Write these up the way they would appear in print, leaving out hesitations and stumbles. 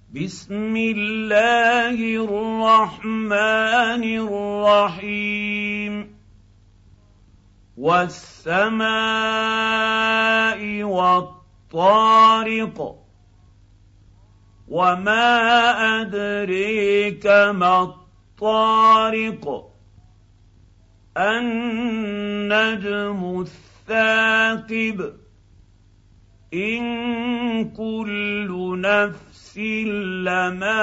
بسم الله الرحمن الرحيم والسماء والطارق وما أدريك ما الطارق النجم الثاقب إن كل نفس لما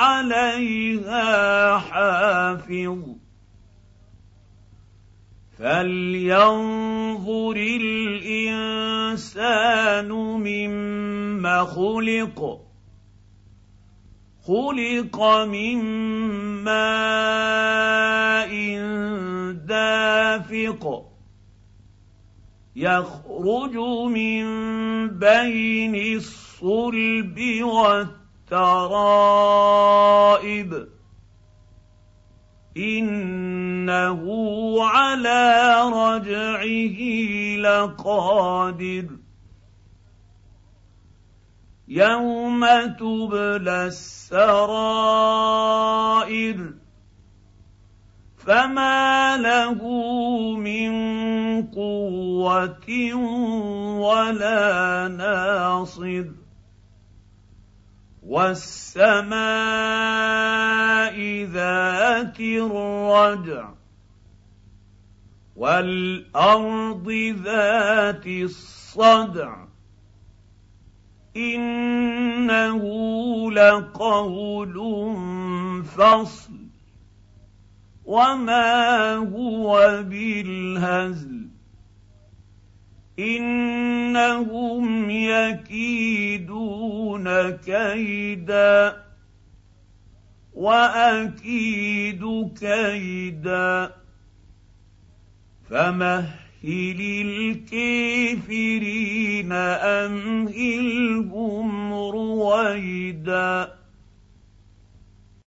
عليها حافظ فلينظر الإنسان مما خلق من ماء دافق يخرج من بين الصلب والترائب إنه على رجعه لقادر يوم تبلى السرائر فما له من قوة ولا ناصر والسماء ذات الرجع والأرض ذات الصدع إنه لقول فصل وما هو بالهزل إنهم يكيدون كيدا وأكيد كيدا فمهل الكافرين أمهلهم رويدا